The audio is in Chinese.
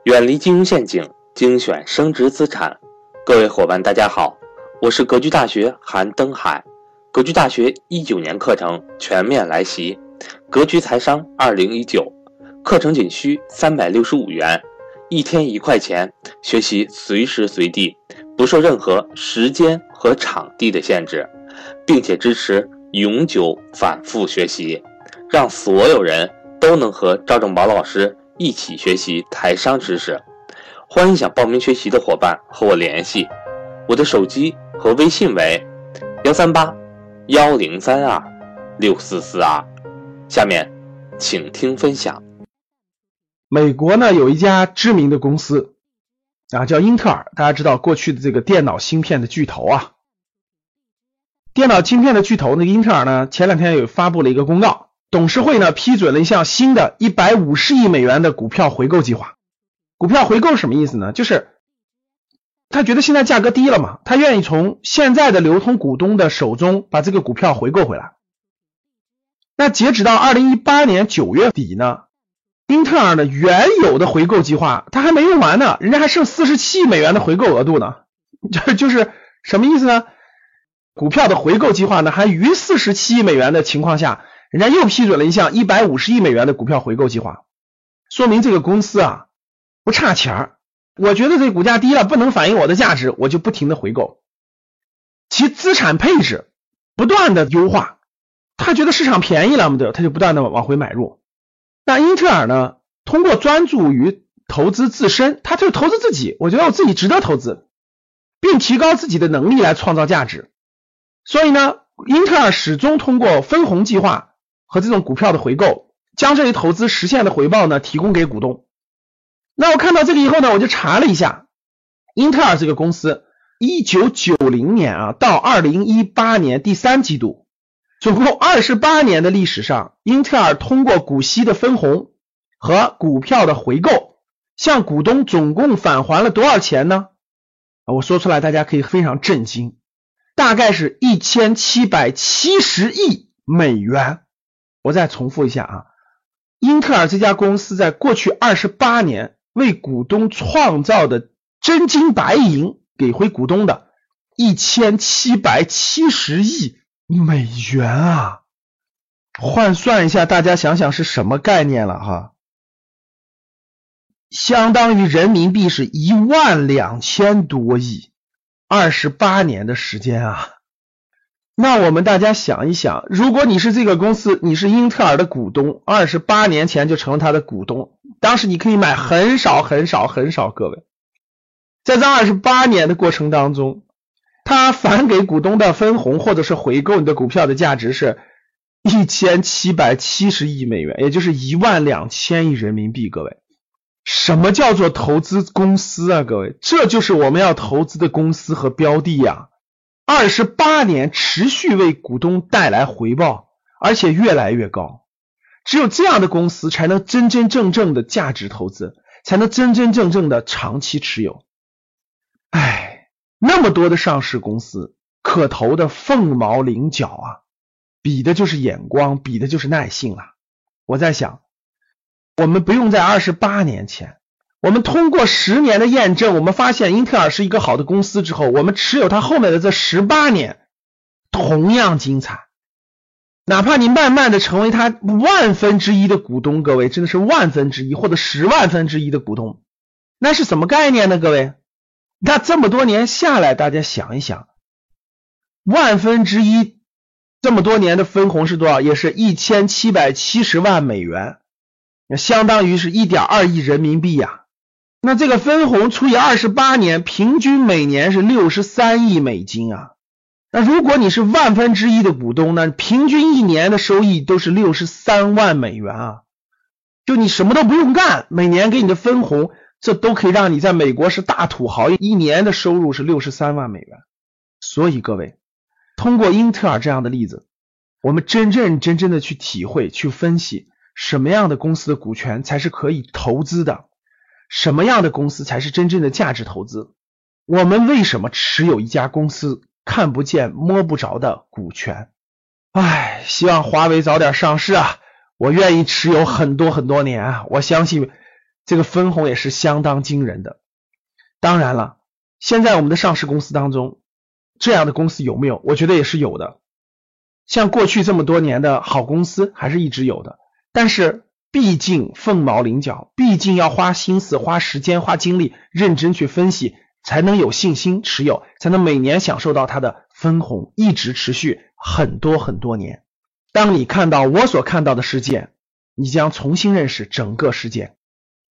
远离金融陷阱，精选升值资产。各位伙伴大家好，我是格局大学韩登海。格局大学19年课程全面来袭，格局财商2019课程仅需365元，一天1块钱，学习随时随地，不受任何时间和场地的限制，并且支持永久反复学习，让所有人都能和赵正宝老师一起学习台商知识。欢迎想报名学习的伙伴和我联系，我的手机和微信为138-1032-6442。下面请听分享。 美国呢有一家知名的公司叫英特尔，大家知道过去的这个电脑芯片的巨头啊。电脑芯片的巨头那个英特尔呢，前两天有发布了一个公告，董事会呢批准了一项新的150亿美元的股票回购计划。股票回购是什么意思呢？就是他觉得现在价格低了嘛，他愿意从现在的流通股东的手中把这个股票回购回来。那截止到2018年9月底呢，英特尔的原有的回购计划他还没用完呢，人家还剩47亿美元的回购额度呢。就是什么意思呢？股票的回购计划呢还余47亿美元的情况下，人家又批准了一项150亿美元的股票回购计划，说明这个公司不差钱儿。我觉得这股价低了不能反映我的价值，我就不停的回购，其资产配置不断的优化，他觉得市场便宜了嘛，他就不断的往回买入。那英特尔呢，通过专注于投资自身，他就投资自己，我觉得我自己值得投资，并提高自己的能力来创造价值。所以呢，英特尔始终通过分红计划和这种股票的回购，将这一投资实现的回报呢提供给股东。那我看到这个以后呢，我就查了一下，英特尔这个公司1990年到2018年第3季度，总共28年的历史上，英特尔通过股息的分红和股票的回购，向股东总共返还了多少钱呢？我说出来大家可以非常震惊，大概是1770亿美元。我再重复一下英特尔这家公司在过去28年为股东创造的真金白银给回股东的1770亿美元换算一下，大家想想是什么概念了相当于人民币是12000多亿，28年的时间那我们大家想一想，如果你是这个公司，你是英特尔的股东，28年前就成了他的股东，当时你可以买很少，各位。在这28年的过程当中，他返给股东的分红或者是回购你的股票的价值是1770亿美元，也就是12000亿人民币，各位。什么叫做投资公司各位？这就是我们要投资的公司和标的28年持续为股东带来回报，而且越来越高。只有这样的公司才能真真正正的价值投资，才能真真正正的长期持有。那么多的上市公司可投的凤毛麟角比的就是眼光，比的就是耐性我在想，我们不用在28年前，我们通过10年的验证，我们发现英特尔是一个好的公司之后，我们持有它后面的这18年同样精彩。哪怕你慢慢的成为它1/1000的股东，各位，真的是1/1000或者10000000的股东，那是什么概念呢？各位，那这么多年下来，大家想一想，1/1000这么多年的分红是多少？也是1770万美元，相当于是1.2亿人民币那这个分红除以28年，平均每年是63亿美金那如果你是1/1000的股东呢，平均一年的收益都是63万美元就你什么都不用干，每年给你的分红，这都可以让你在美国是大土豪，一年的收入是63万美元。所以各位，通过英特尔这样的例子，我们真正的去体会，去分析什么样的公司的股权才是可以投资的，什么样的公司才是真正的价值投资。我们为什么持有一家公司看不见摸不着的股权？希望华为早点上市我愿意持有很多年我相信这个分红也是相当惊人的。当然了，现在我们的上市公司当中，这样的公司有没有？我觉得也是有的。像过去这么多年的好公司还是一直有的，但是毕竟凤毛麟角，毕竟要花心思、花时间、花精力认真去分析，才能有信心持有，才能每年享受到它的分红，一直持续很多很多年。当你看到我所看到的世界，你将重新认识整个世界。